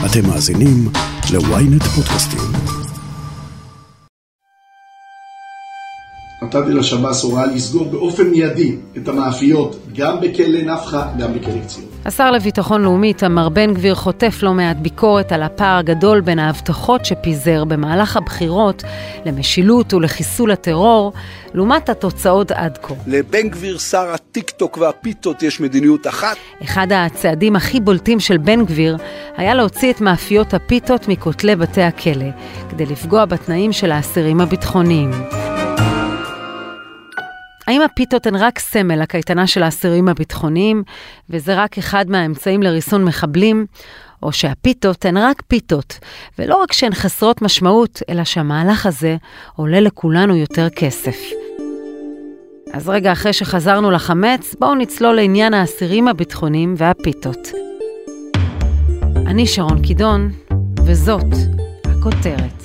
אתם מאזינים ל-ynet פודקאסטים. נתתי לשב"ס הוראה לסגור באופן מיידי את המאפיות, גם בכלא נפחה, גם בכלא קציעות. השר לביטחון לאומי איתמר בן גביר חוטף לא מעט ביקורת על הפער הגדול בין ההבטחות שפיזר במהלך הבחירות למשילות ולחיסול הטרור, לעומת התוצאות עד כה. לבן גביר שר הטיקטוק והפיתות יש מדיניות אחת. אחד הצעדים הכי בולטים של בן גביר היה להוציא את מאפיות הפיתות מכותלי בתי הכלא, כדי לפגוע בתנאים של האסירים הביטחוניים. האם הפיתות הן רק סמל לקייטנה של האסירים הביטחוניים, וזה רק אחד מהאמצעים לריסון מחבלים, או שהפיתות הן רק פיתות, ולא רק שהן חסרות משמעות, אלא שהמהלך הזה עולה לכולנו יותר כסף. אז רגע אחרי שחזרנו לחמץ, בואו נצלול לעניין האסירים הביטחוניים והפיתות. אני שרון קידון, וזאת הכותרת.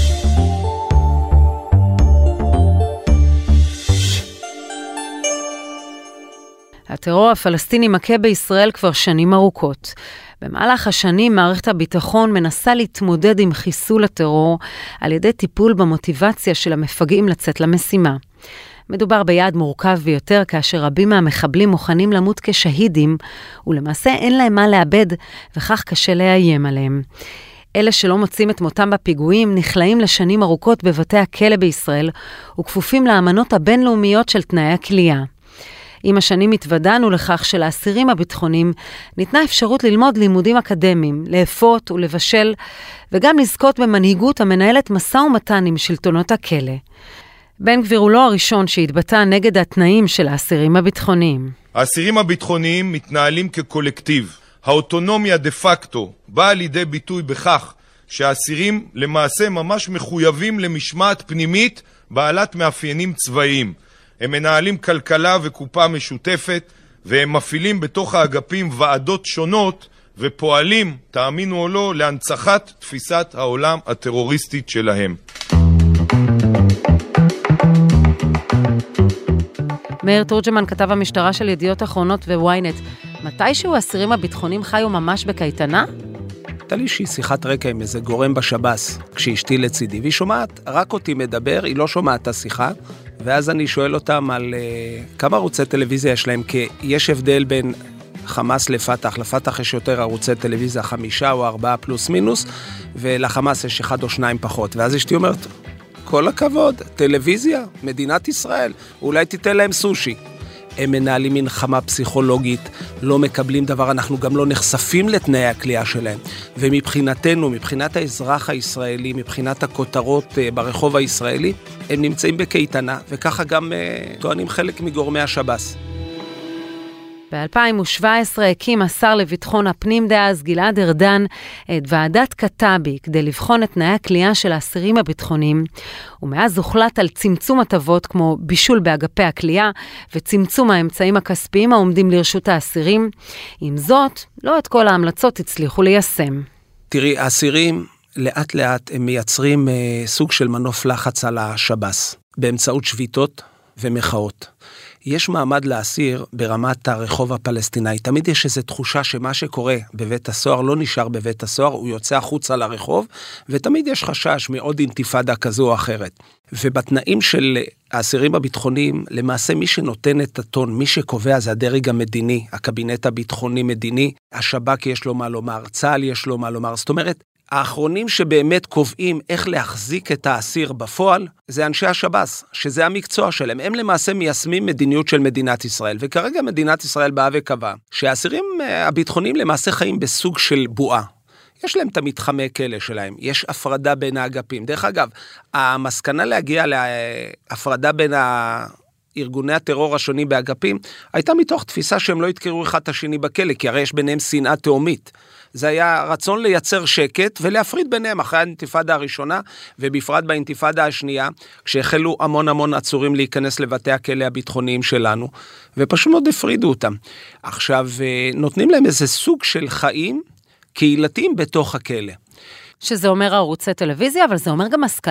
הטרור הפלסטיני מכה בישראל כבר שנים ארוכות. במהלך השנים מערכת הביטחון מנסה להתמודד עם חיסול הטרור על ידי טיפול במוטיבציה של המפגעים לצאת למשימה. מדובר ביעד מורכב ביותר כאשר רבים מהמחבלים מוכנים למות כשהידים, ולמעשה אין להם מה לאבד וכך קשה לאיים עליהם. אלה שלא מוצאים את מותם בפיגועים נכלאים לשנים ארוכות בבתי הכלא בישראל וכפופים לאמנות הבינלאומיות של תנאי הכליאה. עם השנים התוודענו לכך שלאסירים הביטחוניים ניתנה אפשרות ללמוד לימודים אקדמיים, לאפות ולבשל, וגם לזכות במנהיגות המנהלת משא ומתן עם שלטונות הכלא. בן גביר הוא לא הראשון שהתבטא נגד התנאים של האסירים הביטחוניים. האסירים הביטחוניים מתנהלים כקולקטיב. האוטונומיה דה פקטו באה לידי ביטוי בכך שהאסירים למעשה ממש מחויבים למשמעת פנימית בעלת מאפיינים צבאיים. הם מנהלים כלכלה וקופה משותפת, והם מפעילים בתוך האגפים ועדות שונות, ופועלים, תאמינו או לא, להנצחת תפיסת העולם הטרוריסטית שלהם. מאיר תורג'מן, כתב המשטרה של ידיעות אחרונות וויינט, מתישהו האסירים הביטחוניים חיו ממש בקייטנה? הייתה לי שיחת רקע עם איזה גורם בשב"ס, כשאשתי לצידי, והיא שומעת רק אותי מדבר, היא לא שומעת את השיחה, ואז אני שואל אותם על כמה ערוצי טלוויזיה יש להם, כי יש הבדל בין חמאס לפתח, לפתח יש יותר ערוצי טלוויזיה 5 או 4 פלוס מינוס, ולחמאס יש 1 או 2 פחות, ואז אשתי אומרת, כל הכבוד, טלוויזיה, מדינת ישראל, אולי תיתן להם סושי. הם מנהלים מלחמה פסיכולוגית, לא מקבלים דבר, אנחנו גם לא נחשפים לתנאי הכלייה שלהם. ומבחינתנו, מבחינת האזרח הישראלי, מבחינת הכותרות ברחוב הישראלי, הם נמצאים בקייטנה, וככה גם טוענים חלק מגורמי השב"ס. ב-2017 הקים השר לביטחון הפנים דאז גלעד ארדן את ועדת קטאבי כדי לבחון את תנאי הכלייה של האסירים הביטחוניים, ומאז הוחלט על צמצום הטבות כמו בישול באגפי הכלייה וצמצום האמצעים הכספיים העומדים לרשות האסירים. עם זאת, לא את כל ההמלצות הצליחו ליישם. תראי, האסירים לאט לאט הם מייצרים סוג של מנוף לחץ על השב"ס, באמצעות שביתות ומחאות. יש מעמד לאסיר ברמת הרחוב הפלסטיני. תמיד יש איזו תחושה שמה שקורה בבית הסוהר לא נשאר בבית הסוהר, הוא יוצא החוצה לרחוב, ותמיד יש חשש מעוד אינתיפאדה כזו או אחרת. ובתנאים של האסירים הביטחוניים, למעשה מי שנותן את הטון, מי שקובע זה הדרג המדיני, הקבינט הביטחוני-מדיני, השב"כ יש לו מה לומר, צה"ל יש לו מה לומר, זאת אומרת, האחרונים שבאמת קובעים איך להחזיק את האסיר בפועל, זה אנשי השב"ס, שזה המקצוע שלהם. הם למעשה מיישמים מדיניות של מדינת ישראל, וכרגע מדינת ישראל באה וקבעה, שהאסירים הביטחוניים למעשה חיים בסוג של בועה. יש להם את המתחמי כלא שלהם, יש הפרדה בין האגפים. דרך אגב, המסקנה להגיע להפרדה בין ארגוני הטרור השונים באגפים, הייתה מתוך תפיסה שהם לא יתקראו אחד את השני בכלא, כי הרי יש ביניהם שנאה תאומית. זה היה רצון לייצר שקט ולהפריד ביניהם אחרי האינתיפאדה הראשונה, ובפרט באינתיפאדה השנייה, כשהחלו המון עצורים להיכנס לבתי הכלא הביטחוניים שלנו, ופשוט מאוד הפרידו אותם. עכשיו, נותנים להם איזה סוג של חיים קהילתיים בתוך הכלא. שזה אומר ערוצי טלוויזיה, אבל זה אומר גם השכלה.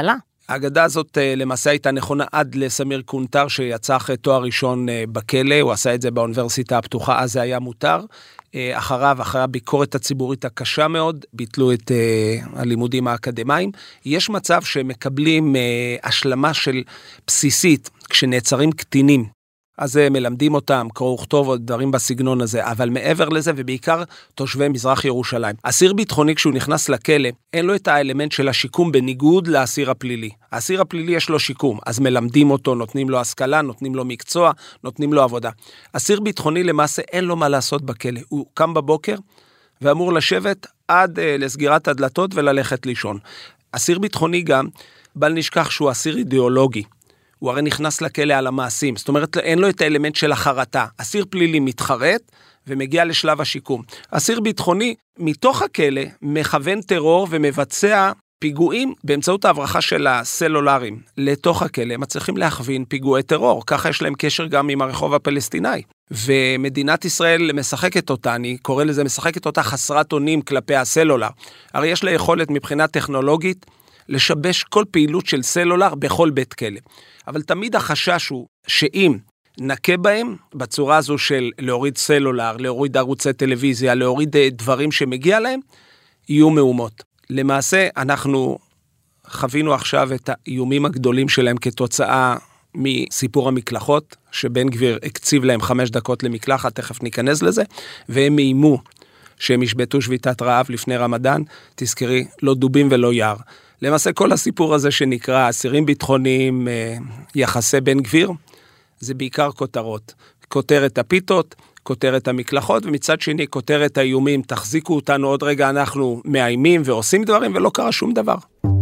האגדה הזאת למעשה הייתה נכונה עד לסמיר קונטר שיצא אחרי תואר ראשון בכלא, הוא עשה את זה באוניברסיטה הפתוחה, אז זה היה מותר. אחרי הביקורת הציבורית הקשה מאוד, ביטלו את הלימודים האקדמיים. יש מצב שמקבלים השלמה של בסיסית כשנעצרים קטינים. אז מלמדים אותם, קרוא וכתוב או דברים בסגנון הזה, אבל מעבר לזה ובעיקר תושבי מזרח ירושלים. אסיר ביטחוני כשהוא נכנס לכלא, אין לו את האלמנט של השיקום בניגוד לאסיר הפלילי. האסיר הפלילי יש לו שיקום, אז מלמדים אותו, נותנים לו השכלה, נותנים לו מקצוע, נותנים לו עבודה. אסיר ביטחוני למעשה אין לו מה לעשות בכלא, הוא קם בבוקר ואמור לשבת עד לסגירת הדלתות וללכת לישון. אסיר ביטחוני גם, בל נשכח שהוא אסיר אידיאולוגי. הוא הרי נכנס לכלא על המעשים, זאת אומרת, אין לו את האלמנט של החרטה. אסיר פלילי מתחרט ומגיע לשלב השיקום. אסיר ביטחוני, מתוך הכלא, מכוון טרור ומבצע פיגועים באמצעות ההברחה של הסלולרים לתוך הכלא. הם צריכים להכווין פיגועי טרור, ככה יש להם קשר גם עם הרחוב הפלסטיני. ומדינת ישראל משחקת אותה, אני קורא לזה משחקת אותה חסרת אונים כלפי הסלולר. הרי יש לה יכולת מבחינה טכנולוגית, לשבש כל פעילות של סלולר בכל בית כלא. אבל תמיד החשש הוא שאם נקה בהם, בצורה הזו של להוריד סלולר, להוריד ערוצי טלוויזיה, להוריד דברים שמגיע להם, יהיו מהומות. למעשה אנחנו חווינו עכשיו את האיומים הגדולים שלהם כתוצאה מסיפור המקלחות, שבן גביר הקציב להם 5 דקות למקלחת, תכף ניכנס לזה, והם איימו שהם ישבתו שביתת רעב לפני רמדאן, תזכרי, לא דובים ולא יער. למעשה כל הסיפור הזה שנקרא אסירים ביטחוניים, יחסי בן גביר, זה בעיקר כותרות. כותרת הפיתות, כותרת המקלחות, ומצד שני כותרת האיומים, תחזיקו אותנו עוד רגע, אנחנו מאיימים ועושים דברים, ולא קרה שום דבר.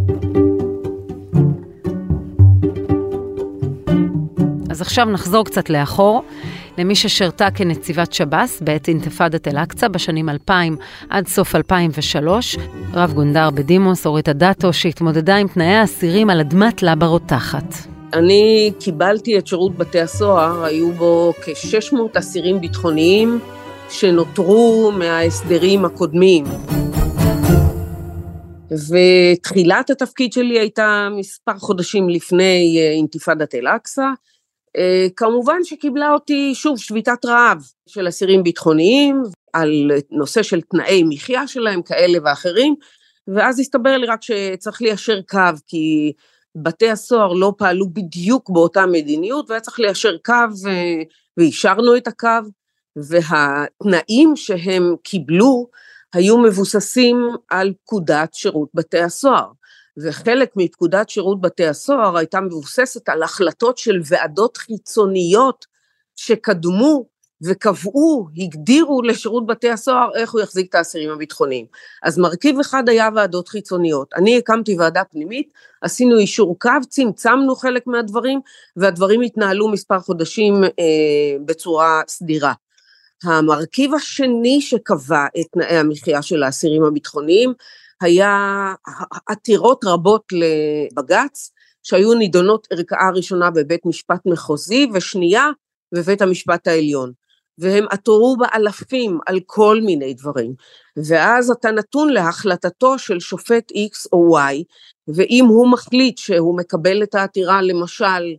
אז עכשיו נחזור קצת לאחור, למי ששרתה כנציבת שב"ס בעת אינתיפאדת אל-אקצא בשנים 2000 עד סוף 2003, רב גונדר בדימוס אורית אדטו שהתמודדה עם תנאי האסירים על אדמת לבה רותחת. אני קיבלתי את שירות בתי הסוהר, היו בו כ-600 אסירים ביטחוניים שנותרו מההסדרים הקודמים. ותחילת התפקיד שלי הייתה מספר חודשים לפני אינתיפאדת אל-אקצא, כמובן שקיבלה אותי שוב שביתת רעב של אסירים ביטחוניים, על נושא של תנאי מחיה שלהם כאלה ואחרים, ואז הסתבר לי רק שצריך ליישר קו, כי בתי הסוהר לא פעלו בדיוק באותה מדיניות, והיה צריך ליישר קו, ואישרנו את הקו, והתנאים שהם קיבלו, היו מבוססים על פקודת שירות בתי הסוהר, וחלק מפקודת שירות בתי הסוהר הייתה מבוססת על החלטות של ועדות חיצוניות שקדמו וקבעו, הגדירו לשירות בתי הסוהר איך הוא יחזיק את האסירים הביטחוניים. אז מרכיב אחד היה ועדות חיצוניות, אני הקמתי ועדה פנימית, עשינו אישור קו, צמצמנו חלק מהדברים, והדברים התנהלו מספר חודשים בצורה סדירה. המרכיב השני שקבע את תנאי המחיה של האסירים הביטחוניים, היה עתירות רבות לבג"ץ, שהיו נידונות ערכאה ראשונה בבית משפט מחוזי, ושנייה בבית המשפט העליון, והם עתרו באלפים על כל מיני דברים, ואז אתה נתון להחלטתו של שופט X או Y, ואם הוא מחליט שהוא מקבל את העתירה, למשל,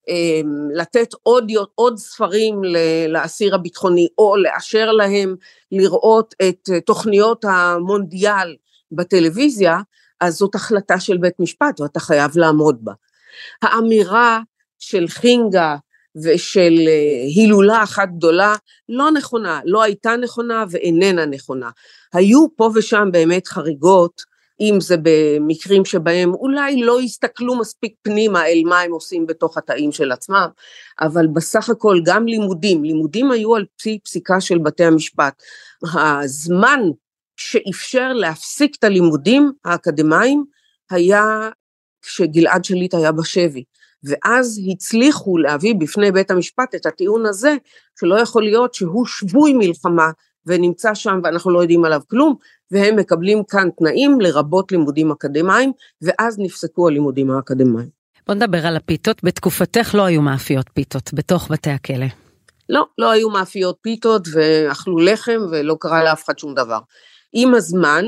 לתת עוד ספרים לאסיר הביטחוני, או לאשר להם לראות את תוכניות המונדיאל בטלוויזיה, אז זאת החלטה של בית משפט, ואתה חייב לעמוד בה. האמירה של חינגה ושל הילולה אחת גדולה, לא נכונה, לא הייתה נכונה ואיננה נכונה. היו פה ושם באמת חריגות, אם זה במקרים שבהם אולי לא הסתכלו מספיק פנימה אל מה הם עושים בתוך התאים של עצמם, אבל בסך הכל גם לימודים היו על פסיקה של בתי המשפט. הזמן שאפשר להפסיק את הלימודים האקדמיים היה כשגלעד שליט היה בשבי, ואז הצליחו להביא בפני בית המשפט את הטיעון הזה, שלא יכול להיות שהוא שבוי מלחמה ונמצא שם ואנחנו לא יודעים עליו כלום, והם מקבלים כאן תנאים לרבות לימודים אקדמיים, ואז נפסקו הלימודים האקדמיים. בוא נדבר על הפיתות, בתקופתך לא היו מאפיות פיתות בתוך בתי הכלא. לא היו מאפיות פיתות ואכלו לחם ולא קרה לאף אחד שום דבר. עם הזמן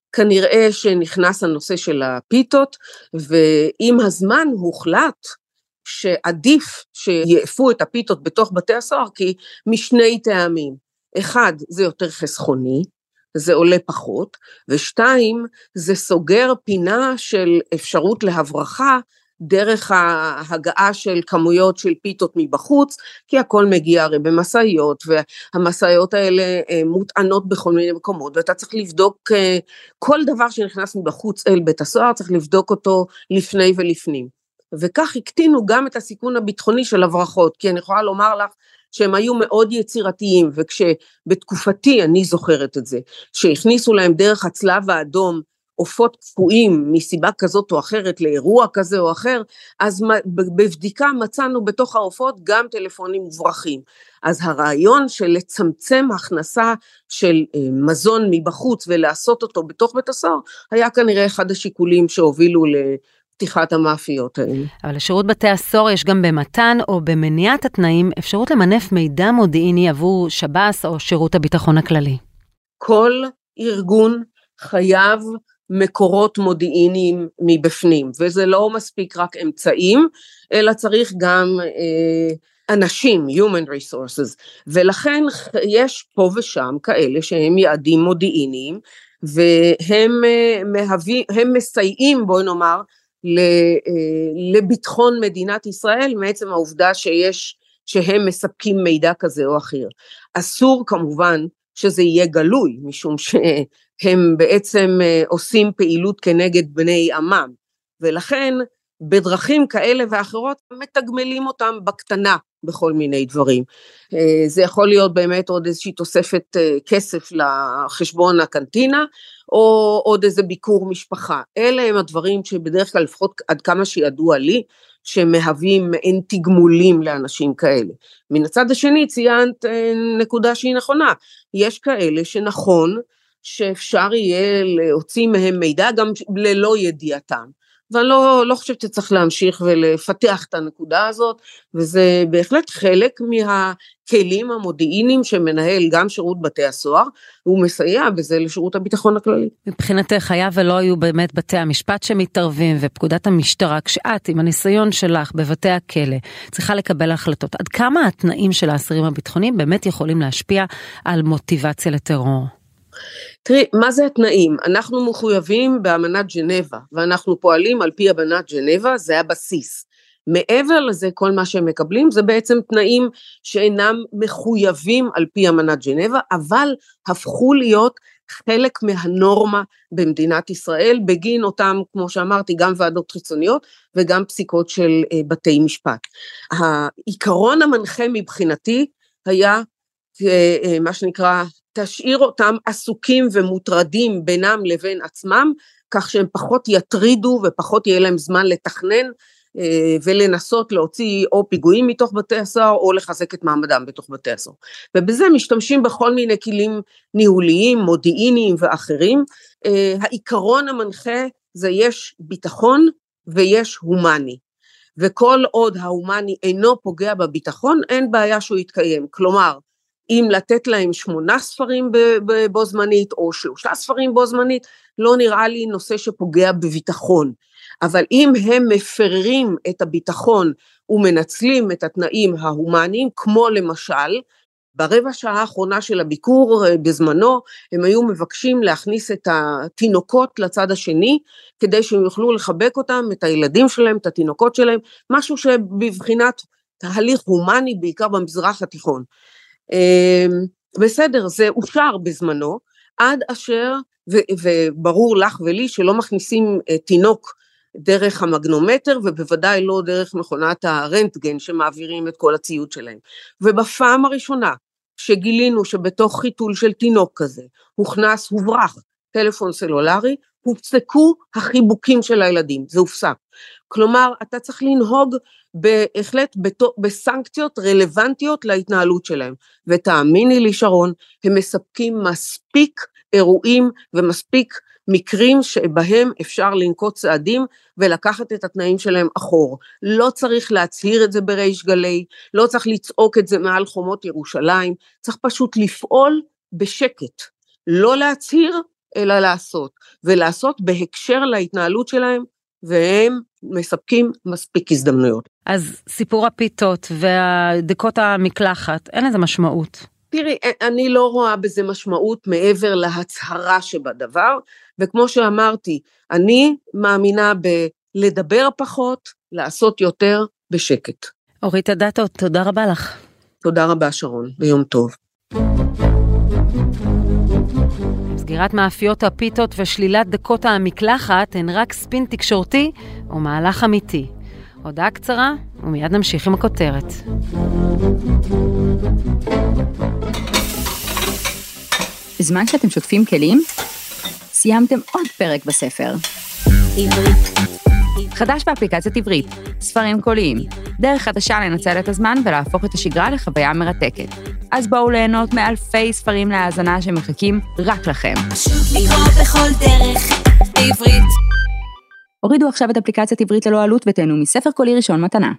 כנראה שנכנס הנושא של הפיתות, ועם הזמן הוחלט שעדיף שיאפו את הפיתות בתוך בתי הסוהר, כי משני טעמים. אחד, זה יותר חסכוני, זה עולה פחות, ושתיים, זה סוגר פינה של אפשרות להברחה, דרך ההגעה של כמויות של פיתות מבחוץ, כי הכל מגיע הרי במסעיות, והמסעיות האלה מוטענות בכל מיני מקומות, ואתה צריך לבדוק כל דבר שנכנס מבחוץ אל בית הסוהר, צריך לבדוק אותו לפני ולפנים. וכך הקטינו גם את הסיכון הביטחוני של הברחות, כי אני יכולה לומר לך שהם היו מאוד יצירתיים, וכשבתקופתי אני זוכרת את זה, שהכניסו להם דרך הצלב האדום, עופות קפואים מסיבה כזאת או אחרת, לאירוע כזה או אחר, אז בבדיקה מצאנו בתוך העופות גם טלפונים מוברחים. אז הרעיון של לצמצם הכנסה של מזון מבחוץ, ולעשות אותו בתוך בית הסוהר, היה כנראה אחד השיקולים שהובילו פתיחת המאפיות האלה. אבל לשירות בתי הסוהר יש גם במתן או במניעת התנאים אפשרות למנף מידע מודיעיני עבור שב"ס או שירות הביטחון הכללי. כל ארגון חייב מקורות מודיעיניים מבפנים, וזה לא מספיק רק אמצעים, אלא צריך גם אנשים, human resources, ולכן יש פה ושם כאלה שהם יעדים מודיעיניים, והם מסייעים, בואי נאמר, לביטחון מדינת ישראל, מעצם העובדה שהם מספקים מידע כזה או אחר. אסור כמובן שזה יהיה גלוי, משום שהם בעצם עושים פעילות כנגד בני עמם, ולכן בדרכים כאלה ואחרות מתגמלים אותם בקטנה בכל מיני דברים. זה יכול להיות באמת עוד איזושהי תוספת כסף לחשבון הקנטינה, או עוד איזה ביקור משפחה. אלה הם הדברים שבדרך כלל לפחות עד כמה שידוע לי, שמהווים אין תגמולים לאנשים כאלה. מן הצד השני ציינת נקודה שהיא נכונה, יש כאלה שנכון שאפשר יהיה להוציא מהם מידע גם ללא ידיעתם, ואני לא חושבת שצריך להמשיך ולפתח את הנקודה הזאת, וזה בהחלט חלק מהכלים המודיעיניים שמנהל גם שירות בתי הסוהר, הוא מסייע בזה לשירות הביטחון הכללי. מבחינתך היה ולא היו באמת בתי המשפט שמתערבים, ופקודת המשטרה, כשאת עם הניסיון שלך בבתי הכלא, צריכה לקבל החלטות, עד כמה התנאים של האסירים הביטחוניים באמת יכולים להשפיע על מוטיבציה לטרור? תראי, מה זה התנאים? אנחנו מחויבים באמנת ג'נבה, ואנחנו פועלים על פי אמנת ג'נבה, זה הבסיס. מעבר לזה, כל מה שהם מקבלים, זה בעצם תנאים שאינם מחויבים על פי אמנת ג'נבה, אבל הפכו להיות חלק מהנורמה במדינת ישראל, בגין אותם, כמו שאמרתי, גם ועדות חיצוניות, וגם פסיקות של בתי משפט. העיקרון המנחה מבחינתי, היה מה שנקרא, תשאיר אותם עסוקים ומוטרדים בינם לבין עצמם, כך שהם פחות יטרידו ופחות יהיה להם זמן לתכנן ולנסות להוציא או פיגועים מתוך בתי הסוהר או לחזק את מעמדם בתוך בתי הסוהר. ובזה משתמשים בכל מיני כלים ניהוליים, מודיעיניים ואחרים. העיקרון המנחה זה יש ביטחון ויש הומני. וכל עוד ההומני אינו פוגע בביטחון, אין בעיה שהוא יתקיים. כלומר, אם לתת להם 8 ספרים בו זמנית, או 3 ספרים בו זמנית, לא נראה לי נושא שפוגע בביטחון. אבל אם הם מפרים את הביטחון, ומנצלים את התנאים ההומניים, כמו למשל, ברבע שעה האחרונה של הביקור בזמנו, הם היו מבקשים להכניס את התינוקות לצד השני, כדי שהם יוכלו לחבק אותם, את הילדים שלהם, את התינוקות שלהם, משהו שבבחינת תהליך הומני, בעיקר במזרח התיכון. בסדר, זה אושר בזמנו, עד אשר, וברור לך ולי, שלא מכניסים תינוק דרך המגנומטר, ובוודאי לא דרך מכונת הרנטגן, שמעבירים את כל הציוד שלהם. ובפעם הראשונה, שגילינו שבתוך חיתול של תינוק כזה, הוברח טלפון סלולרי, הופסקו החיבוקים של הילדים, זה הופסק. כלומר, אתה צריך לנהוג בהחלט בסנקציות רלוונטיות להתנהלות שלהם, ותאמיני לי שרון, הם מספקים מספיק אירועים ומספיק מקרים שבהם אפשר לנקוט צעדים ולקחת את התנאים שלהם אחור. לא צריך להצהיר את זה בריש גלי, לא צריך לצעוק את זה מעל חומות ירושלים, צריך פשוט לפעול בשקט, לא להצהיר אלא לעשות, ולעשות בהקשר להתנהלות שלהם, והם מספקים מספיק הזדמנויות. אז סיפור הפיתות והדקות המקלחת, אין לזה משמעות. תראי, אני לא רואה בזה משמעות מעבר להצהרה שבדבר, וכמו שאמרתי, אני מאמינה בלדבר פחות, לעשות יותר בשקט. אורית אדטו, תודה רבה לך. תודה רבה שרון, ביום טוב. סגירת מאפיות הפיתות ושלילת דקות המקלחת הן רק ספין תקשורתי או מהלך אמיתי. הודעה קצרה ומיד נמשיך עם הכותרת. בזמן שאתם שוטפים כלים, סיימתם עוד פרק בספר. עברית. חדש באפליקציית עברית, ספרים קוליים, דרך חדשה לנצל את הזמן ולהפוך את השגרה לחוויה מרתקת. אז בואו ליהנות מאלפי ספרים להאזנה שמחכים רק לכם. פשוט לקרוא בכל דרך, בעברית. הורידו עכשיו את אפליקציית עברית ללא עלות ותהנו מספר קולי ראשון מתנה.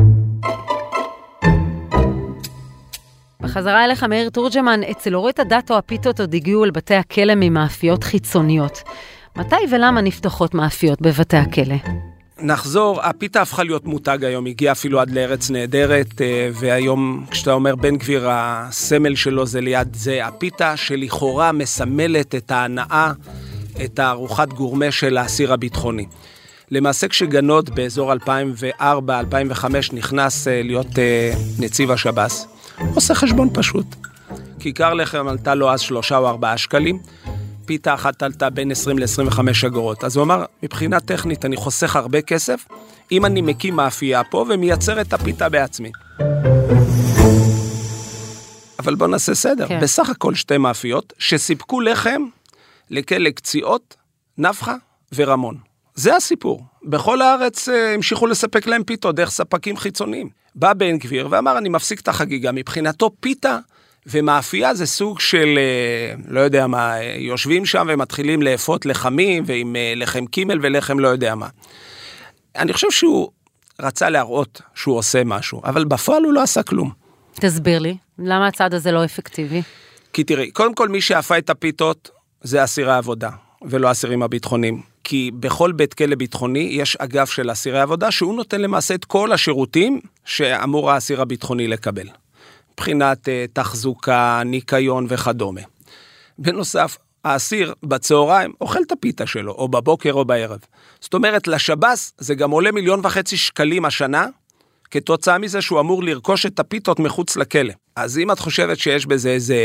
בחזרה אליך מאיר תורג'מן, אצל אורית אדטו הפיתות עוד הגיעו אל בתי הכלא ממאפיות חיצוניות. מתי ולמה נפתחות מאפיות בבתי הכלא? נחזור, הפיתה הפכה להיות מותג היום, הגיע אפילו עד לארץ נהדרת, והיום כשאתה אומר בן גביר, הסמל שלו זה ליד זה הפיתה שלכאורה מסמלת את ההנאה, את הארוחת גורמה של האסיר הביטחוני. למעשה כשגנות באזור 2004-2005 נכנס להיות נציב השב"ס, עושה חשבון פשוט. כיכר לחם עלתה לו אז 3 או 4 שקלים, פיתה אחת עלתה בין 20 ל-25 אגורות. אז הוא אמר, מבחינה טכנית אני חוסך הרבה כסף, אם אני מקים מאפייה פה ומייצר את הפיתה בעצמי. אבל בוא נעשה סדר. כן. בסך הכל 2 מאפיות שסיפקו לחם לכלא קציעות, נפחה ורמון. זה הסיפור. בכל הארץ המשיכו לספק להם פיתות דרך ספקים חיצוניים. בא בן גביר ואמר, אני מפסיק את החגיגה. מבחינתו פיתה ומאפייה זה סוג של, לא יודע מה, יושבים שם ומתחילים לאפות לחמים, ועם לחם קימל ולחם לא יודע מה. אני חושב שהוא רצה להראות שהוא עושה משהו, אבל בפועל הוא לא עשה כלום. תסביר לי, למה הצעד הזה לא אפקטיבי? כי תראי, קודם כל מי שאפה את הפיתות זה אסירי העבודה, ולא אסירים הביטחוניים. כי בכל בית כלא ביטחוני יש אגף של אסירי העבודה, שהוא נותן למעשה את כל השירותים שאמור האסיר הביטחוני לקבל. מבחינת תחזוקה, ניקיון וכדומה. בנוסף, האסיר בצהריים אוכל את הפיתה שלו, או בבוקר או בערב. זאת אומרת, לשב"ס זה גם עולה 1.5 מיליון שקלים השנה, כתוצאה מזה שהוא אמור לרכוש את הפיתות מחוץ לכלא. אז אם את חושבת שיש בזה איזה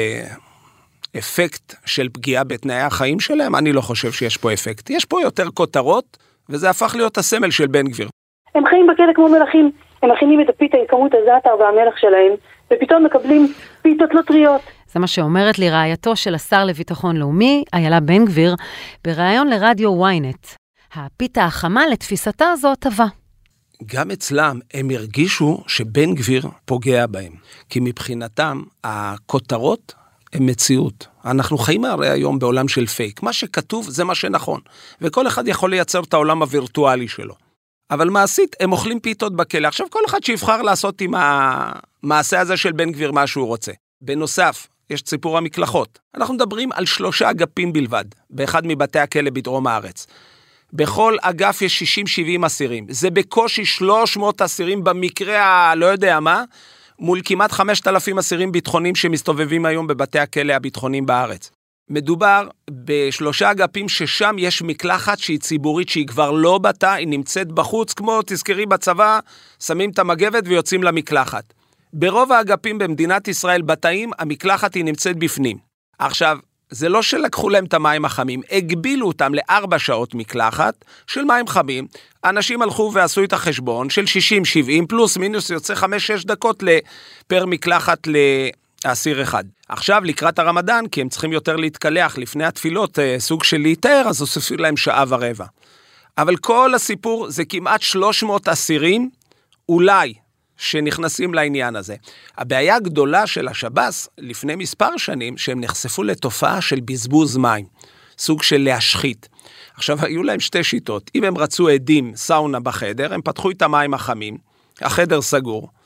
אפקט של פגיעה בתנאי החיים שלהם, אני לא חושב שיש פה אפקט. יש פה יותר כותרות, וזה הפך להיות הסמל של בן גביר. הם חיים בכלא כמו מלכים, הם מכינים את הפיתה עם כמות הזעתר והמלח שלהם, ופתאום מקבלים פיתות לא טריות. זה מה שאומרת לי רעייתו של השר לביטחון לאומי, איילה בן גביר, בראיון לרדיו ynet. הפיתה החמה לתפיסתה זו הטבה. גם אצלם הם הרגישו שבן גביר פוגע בהם, כי מבחינתם הכותרות הם מציאות. אנחנו חיים הרי היום בעולם של פייק. מה שכתוב זה מה שנכון, וכל אחד יכול לייצר את העולם הווירטואלי שלו. אבל מעשית, הם אוכלים פיתות בכלא. עכשיו כל אחד שיבחר לעשות עם המעשה הזה של בן גביר מה שהוא רוצה. בנוסף, יש סיפור המקלחות. אנחנו מדברים על 3 אגפים בלבד, באחד מבתי הכלא בדרום הארץ. בכל אגף יש 60-70 אסירים. זה בקושי 300 אסירים במקרה לא יודע מה, מול כמעט 5,000 אסירים ביטחוניים שמסתובבים היום בבתי הכלא הביטחוניים בארץ. מדובר ב3 אגפים ששם יש מקלחת שהיא ציבורית, שהיא כבר לא בתא, היא נמצאת בחוץ, כמו תזכרי בצבא, שמים את המגבת ויוצאים למקלחת. ברוב האגפים במדינת ישראל בתאים, המקלחת היא נמצאת בפנים. עכשיו, זה לא שלקחו להם את המים החמים, הגבילו אותם ל4 שעות מקלחת של מים חמים, אנשים הלכו ועשו את החשבון של 60-70 פלוס מינוס יוצא 5-6 דקות פר מקלחת לאסיר אחד. עכשיו לקראת הרמדאן, כי הם צריכים יותר להתקלח לפני התפילות, סוג של להתאר, אז הוסיפו להם 1.25 שעות. אבל כל הסיפור זה כמעט 300 אסירים, אולי, שנכנסים לעניין הזה. הבעיה הגדולה של השב"ס, לפני מספר שנים, שהם נחשפו לתופעה של בזבוז מים, סוג של להשחית. עכשיו, היו להם 2 שיטות. אם הם רצו עדים סאונה בחדר, הם פתחו את המים החמים, החדר סגור,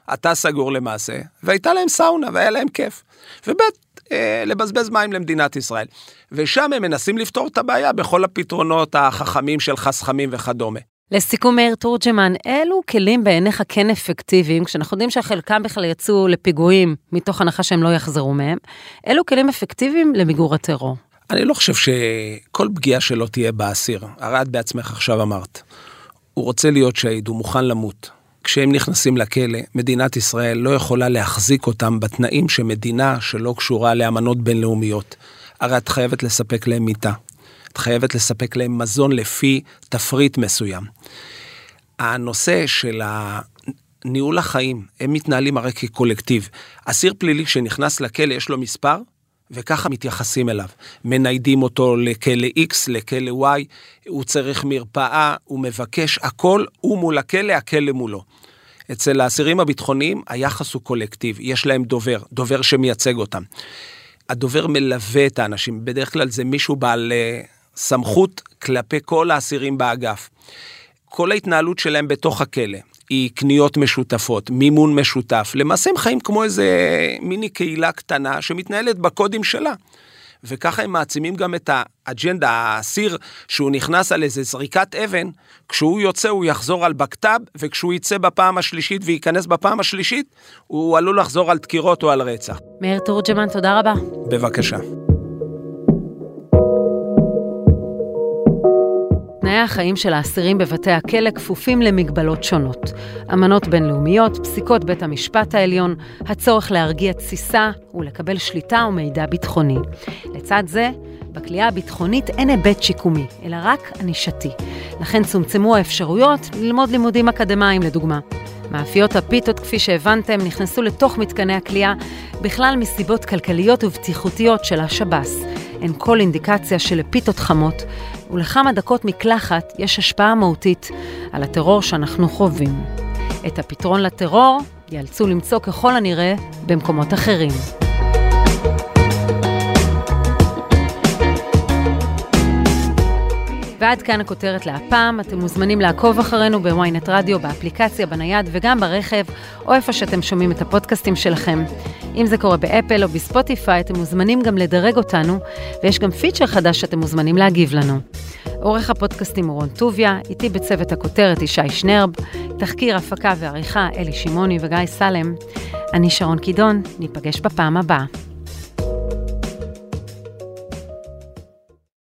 אתה סגור למעשה, והייתה להם סאונה והיה להם כיף. ובית, לבזבז מים למדינת ישראל. ושם הם מנסים לפתור את הבעיה בכל הפתרונות החכמים של חסכמים וכדומה. לסיכום, מאיר תורג'מן, אילו כלים בעיניך כן אפקטיביים, כשאנחנו יודעים שהחלקם בכלל יצאו לפיגועים, מתוך הנחה שהם לא יחזרו מהם, אילו כלים אפקטיביים למיגור הטרור? אני לא חושב שכל פגיעה שלא תהיה באסיר, הרי את בעצמך עכשיו אמרת, הוא רוצה להיות שהיד, הוא מוכן למות. כשהם נכנסים לכלא, מדינת ישראל לא יכולה להחזיק אותם בתנאים שמדינה שלא קשורה לאמנות בינלאומיות. הרי את חייבת לספק להם מיטה. את חייבת לספק להם מזון לפי תפריט מסוים. הנושא של ניהול החיים, הם מתנהלים הרי כקולקטיב. אסיר פלילי שנכנס לכלא יש לו מספר, וככה מתייחסים אליו. מניידים אותו לכלא X, לכלא Y, הוא צריך מרפאה, הוא מבקש הכל, הוא מול הכלא, הכלא מולו. אצל האסירים הביטחוניים היחס הוא קולקטיב, יש להם דובר שמייצג אותם. הדובר מלווה את האנשים, בדרך כלל זה מישהו בעל סמכות כלפי כל האסירים באגף. כל ההתנהלות שלהם בתוך הכלא היא קניות משותפות, מימון משותף. למעשה הם חיים כמו איזה מיני קהילה קטנה שמתנהלת בקודים שלה. וככה הם מעצימים גם את האג'נדה, האסיר שהוא נכנס על איזה זריקת אבן, כשהוא יוצא הוא יחזור על בכתב, וכשהוא יצא בפעם השלישית וייכנס בפעם השלישית, הוא עלול לחזור על דקירות או על רצח. מאיר תורג'מן, תודה רבה. בבקשה. תנאי החיים של האסירים בבתי הכלא כפופים למגבלות שונות. אמנות בינלאומיות, פסיקות בית המשפט העליון, הצורך להרגיע תסיסה ולקבל שליטה ומידע ביטחוני. לצד זה, בכלייה הביטחונית אין היבט שיקומי, אלא רק ענישתי. לכן צומצמו האפשרויות ללמוד לימודים אקדמיים לדוגמה. מאפיות הפיתות, כפי שהבנתם, נכנסו לתוך מתקני הכלייה בכלל מסיבות כלכליות ובטיחותיות של השב"ס. אין כל אינדיקציה של פיתות חמות, ולכמה דקות מקלחת יש השפעה מהותית על הטרור שאנחנו חווים. את הפתרון לטרור יאלצו למצוא ככל הנראה במקומות אחרים. ועד כאן הכותרת להפעם. אתם מוזמנים לעקוב אחרינו בוויינט רדיו, באפליקציה, בנייד וגם ברכב, או איפה שאתם שומעים את הפודקאסטים שלכם. אם זה קורה באפל או בספוטיפיי, אתם מוזמנים גם לדרג אותנו, ויש גם פיצ'ר חדש שאתם מוזמנים להגיב לנו. עורך הפודקאסטים הוא רון טוביה, איתי בצוות הכותרת ישי שנרב, תחקיר, הפקה ועריכה אלי שימוני וגיא סלם. אני שרון קידון, ניפגש בפעם הבאה.